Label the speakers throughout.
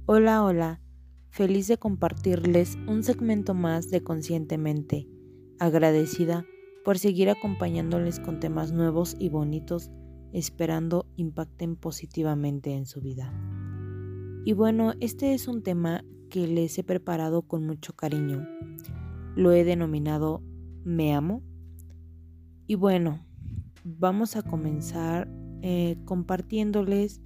Speaker 1: Hola, hola, feliz de compartirles un segmento más de Conscientemente, agradecida por seguir acompañándoles con temas nuevos y bonitos, esperando impacten positivamente en su vida. Y bueno, este es un tema que les he preparado con mucho cariño. Lo he denominado Me Amo. Y bueno, vamos a comenzar compartiéndoles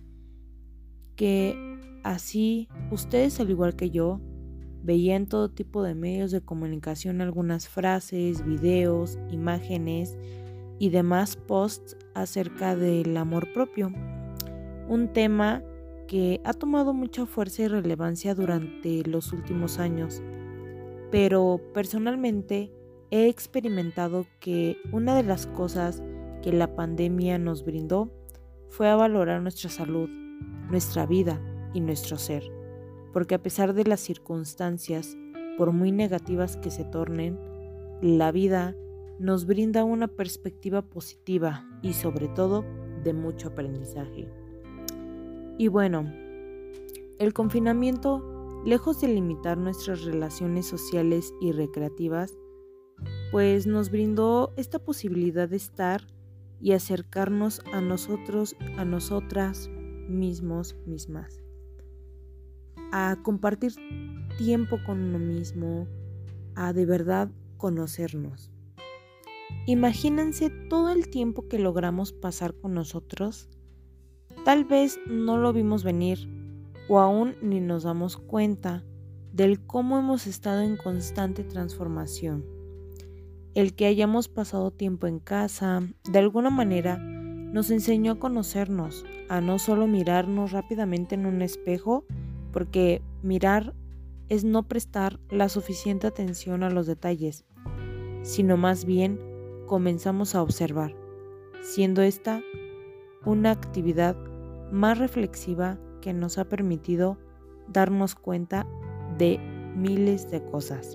Speaker 1: que así ustedes, al igual que yo, veían todo tipo de medios de comunicación algunas frases, videos, imágenes y demás posts acerca del amor propio, un tema que ha tomado mucha fuerza y relevancia durante los últimos años, pero personalmente he experimentado que una de las cosas que la pandemia nos brindó fue a valorar nuestra salud, nuestra vida y nuestro ser, porque a pesar de las circunstancias, por muy negativas que se tornen, la vida nos brinda una perspectiva positiva y sobre todo de mucho aprendizaje. Y bueno, el confinamiento, lejos de limitar nuestras relaciones sociales y recreativas, pues nos brindó esta posibilidad de estar y acercarnos a nosotros, a nosotras mismos, mismas, a compartir tiempo con uno mismo, a de verdad conocernos. Imagínense todo el tiempo que logramos pasar con nosotros. Tal vez no lo vimos venir o aún ni nos damos cuenta del cómo hemos estado en constante transformación. El que hayamos pasado tiempo en casa, de alguna manera, nos enseñó a conocernos, a no solo mirarnos rápidamente en un espejo, porque mirar es no prestar la suficiente atención a los detalles, sino más bien comenzamos a observar, siendo esta una actividad más reflexiva que nos ha permitido darnos cuenta de miles de cosas.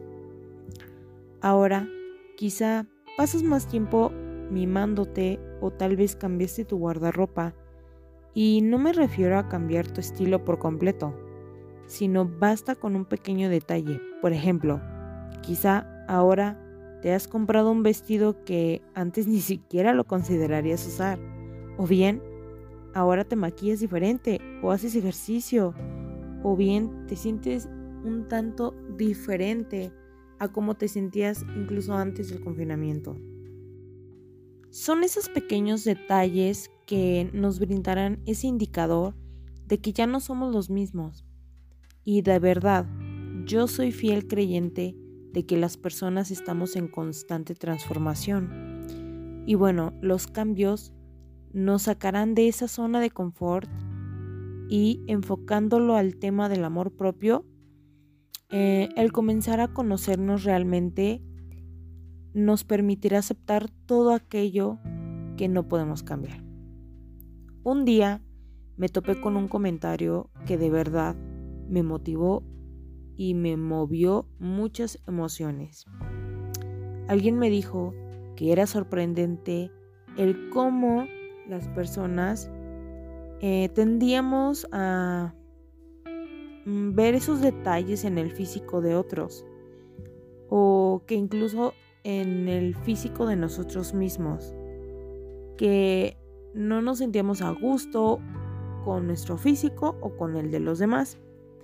Speaker 1: Ahora, quizá pasas más tiempo mimándote o tal vez cambiaste tu guardarropa, y no me refiero a cambiar tu estilo por completo, sino basta con un pequeño detalle. Por ejemplo, quizá ahora te has comprado un vestido que antes ni siquiera lo considerarías usar, o bien ahora te maquillas diferente o haces ejercicio, o bien te sientes un tanto diferente a cómo te sentías incluso antes del confinamiento. Son esos pequeños detalles que nos brindarán ese indicador de que ya no somos los mismos. Y de verdad, yo soy fiel creyente de que las personas estamos en constante transformación. Y bueno, los cambios nos sacarán de esa zona de confort y enfocándolo al tema del amor propio, el comenzar a conocernos realmente nos permitirá aceptar todo aquello que no podemos cambiar. Un día me topé con un comentario que de verdad me motivó y me movió muchas emociones. Alguien me dijo que era sorprendente el cómo las personas tendíamos a ver esos detalles en el físico de otros, o que incluso en el físico de nosotros mismos, que no nos sentíamos a gusto con nuestro físico o con el de los demás.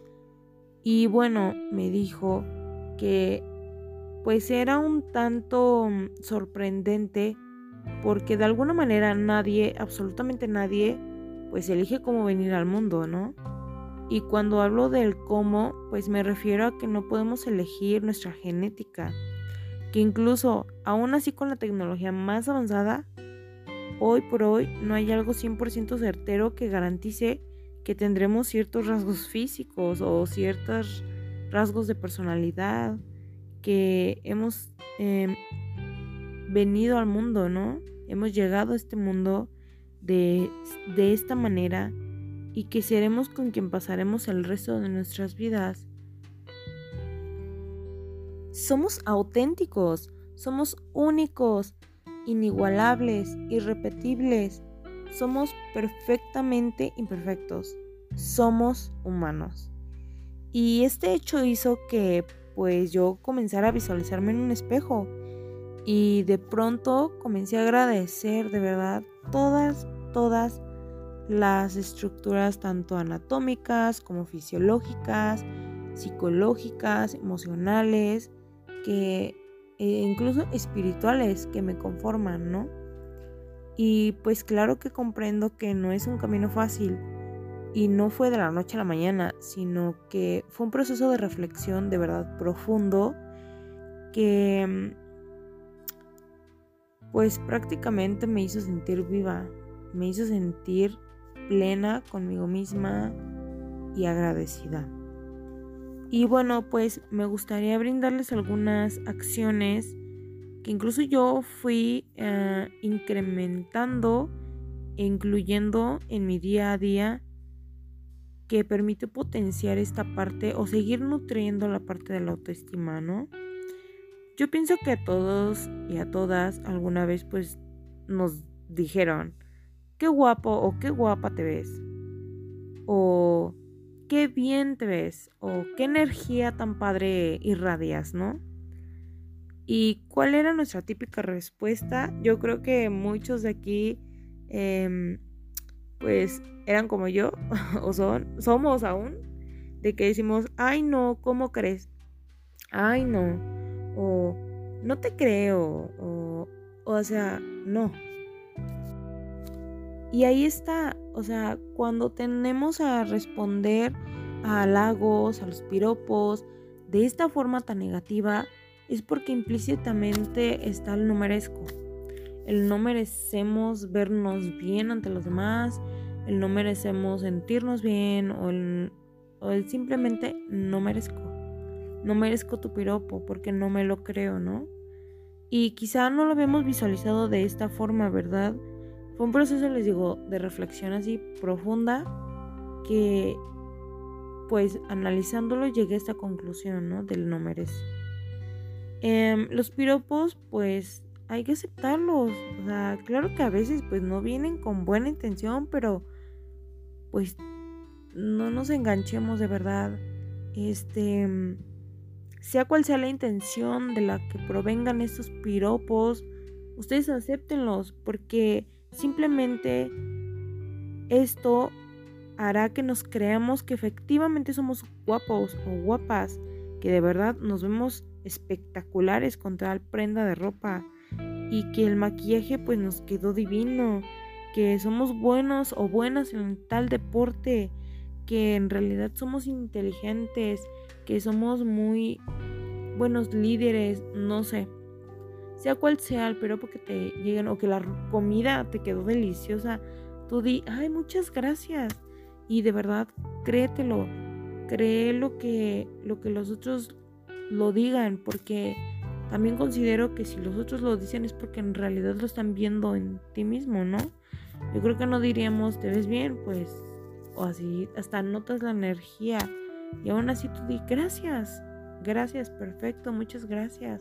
Speaker 1: Y bueno, me dijo que pues era un tanto sorprendente, porque de alguna manera nadie, absolutamente nadie, pues elige cómo venir al mundo, ¿no? Y cuando hablo del cómo, pues me refiero a que no podemos elegir nuestra genética, que incluso aún así con la tecnología más avanzada, hoy por hoy no hay algo 100% certero que garantice que tendremos ciertos rasgos físicos o ciertos rasgos de personalidad, que hemos venido al mundo, ¿no? Hemos llegado a este mundo de esta manera, y que seremos con quien pasaremos el resto de nuestras vidas. Somos auténticos, somos únicos, inigualables, irrepetibles. Somos perfectamente imperfectos. Somos humanos. Y este hecho hizo que pues yo comenzara a visualizarme en un espejo y de pronto comencé a agradecer de verdad todas las estructuras tanto anatómicas como fisiológicas, psicológicas, emocionales, que incluso espirituales que me conforman, ¿no? Y pues claro que comprendo que no es un camino fácil y no fue de la noche a la mañana, sino que fue un proceso de reflexión de verdad profundo que pues prácticamente me hizo sentir viva, me hizo sentir plena conmigo misma y agradecida. Y bueno, pues me gustaría brindarles algunas acciones que incluso yo fui incrementando e incluyendo en mi día a día, que permite potenciar esta parte o seguir nutriendo la parte de la autoestima, ¿no? Yo pienso que a todos y a todas alguna vez pues nos dijeron, qué guapo o qué guapa te ves, o qué bien te ves, o qué energía tan padre irradias, ¿no? ¿Y cuál era nuestra típica respuesta? Yo creo que muchos de aquí pues eran como yo o somos aún, de que decimos, ay no, ¿cómo crees? Ay no, o no te creo, o sea, no. Y ahí está, o sea, cuando tenemos a responder a halagos, a los piropos, de esta forma tan negativa, es porque implícitamente está el no merezco. El no merecemos vernos bien ante los demás, el no merecemos sentirnos bien o el simplemente no merezco. No merezco tu piropo porque no me lo creo, ¿no? Y quizá no lo habíamos visualizado de esta forma, ¿verdad? Fue un proceso, les digo, de reflexión así profunda que pues analizándolo llegué a esta conclusión, ¿no? Del no merece. Los piropos pues hay que aceptarlos, o sea, claro que a veces pues no vienen con buena intención, pero pues no nos enganchemos de verdad, sea cual sea la intención de la que provengan estos piropos, ustedes acéptenlos porque simplemente esto hará que nos creamos que efectivamente somos guapos o guapas, que de verdad nos vemos espectaculares con tal prenda de ropa y que el maquillaje pues nos quedó divino, que somos buenos o buenas en tal deporte, que en realidad somos inteligentes, que somos muy buenos líderes, no sé. Sea cual sea el piropo que te lleguen o que la comida te quedó deliciosa, tú di, ay, muchas gracias. Y de verdad, créetelo, cree lo que los otros lo digan, porque también considero que si los otros lo dicen es porque en realidad lo están viendo en ti mismo, ¿no? Yo creo que no diríamos, ¿te ves bien? Pues, o así, hasta notas la energía. Y aún así tú di, gracias, perfecto, muchas gracias.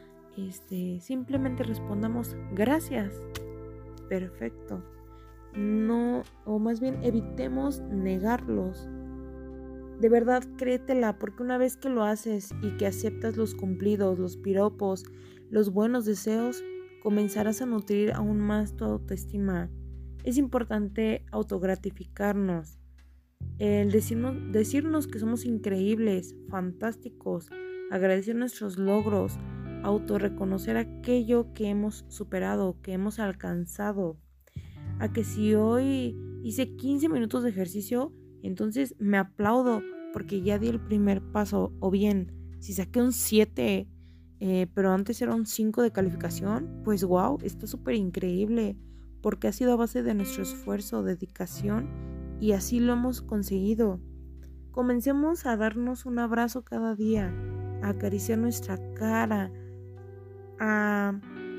Speaker 1: Simplemente respondamos, gracias, perfecto. No, o más bien evitemos negarlos. De verdad, créetela, porque una vez que lo haces y que aceptas los cumplidos, los piropos, los buenos deseos, comenzarás a nutrir aún más tu autoestima. Es importante autogratificarnos, el decirnos que somos increíbles, fantásticos, agradecer nuestros logros, autorreconocer aquello que hemos superado, que hemos alcanzado. A que si hoy hice 15 minutos de ejercicio, entonces me aplaudo porque ya di el primer paso. O bien, si saqué un 7, pero antes era un 5 de calificación, pues wow, está súper increíble porque ha sido a base de nuestro esfuerzo, dedicación y así lo hemos conseguido. Comencemos a darnos un abrazo cada día, a acariciar nuestra cara, a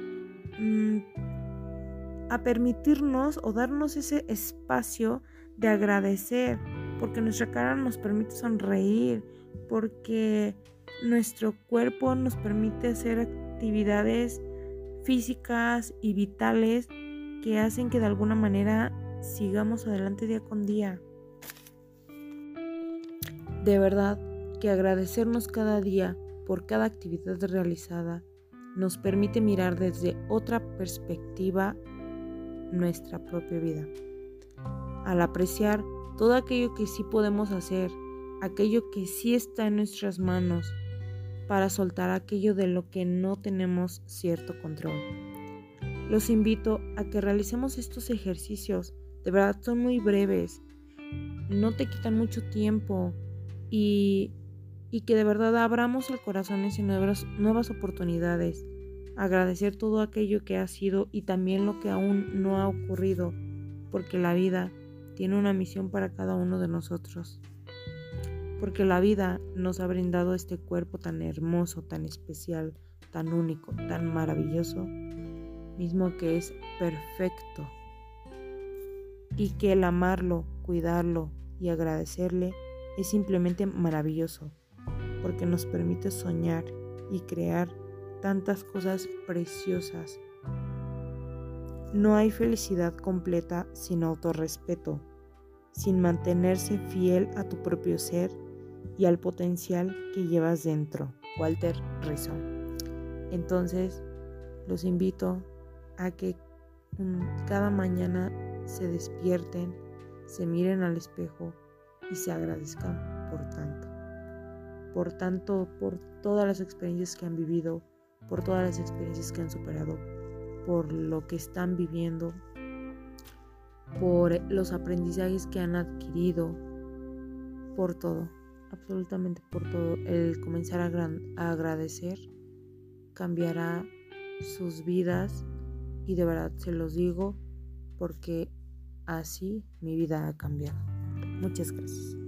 Speaker 1: permitirnos o darnos ese espacio de agradecer, porque nuestra cara nos permite sonreír, porque nuestro cuerpo nos permite hacer actividades físicas y vitales que hacen que de alguna manera sigamos adelante día con día. De verdad, que agradecernos cada día por cada actividad realizada nos permite mirar desde otra perspectiva nuestra propia vida. Al apreciar todo aquello que sí podemos hacer, aquello que sí está en nuestras manos, para soltar aquello de lo que no tenemos cierto control. Los invito a que realicemos estos ejercicios. De verdad son muy breves, no te quitan mucho tiempo y que de verdad abramos el corazón hacia nuevas oportunidades. Agradecer todo aquello que ha sido y también lo que aún no ha ocurrido, porque la vida tiene una misión para cada uno de nosotros. Porque la vida nos ha brindado este cuerpo tan hermoso, tan especial, tan único, tan maravilloso, mismo que es perfecto. Y que el amarlo, cuidarlo y agradecerle es simplemente maravilloso, porque nos permite soñar y crear tantas cosas preciosas. No hay felicidad completa sin autorrespeto, sin mantenerse fiel a tu propio ser y al potencial que llevas dentro. Walter Rizzo. Entonces, los invito a que cada mañana se despierten, se miren al espejo y se agradezcan por todas las experiencias que han vivido, por todas las experiencias que han superado, por lo que están viviendo, por los aprendizajes que han adquirido, por todo, absolutamente por todo. El comenzar a agradecer cambiará sus vidas y de verdad se los digo porque así mi vida ha cambiado. Muchas gracias.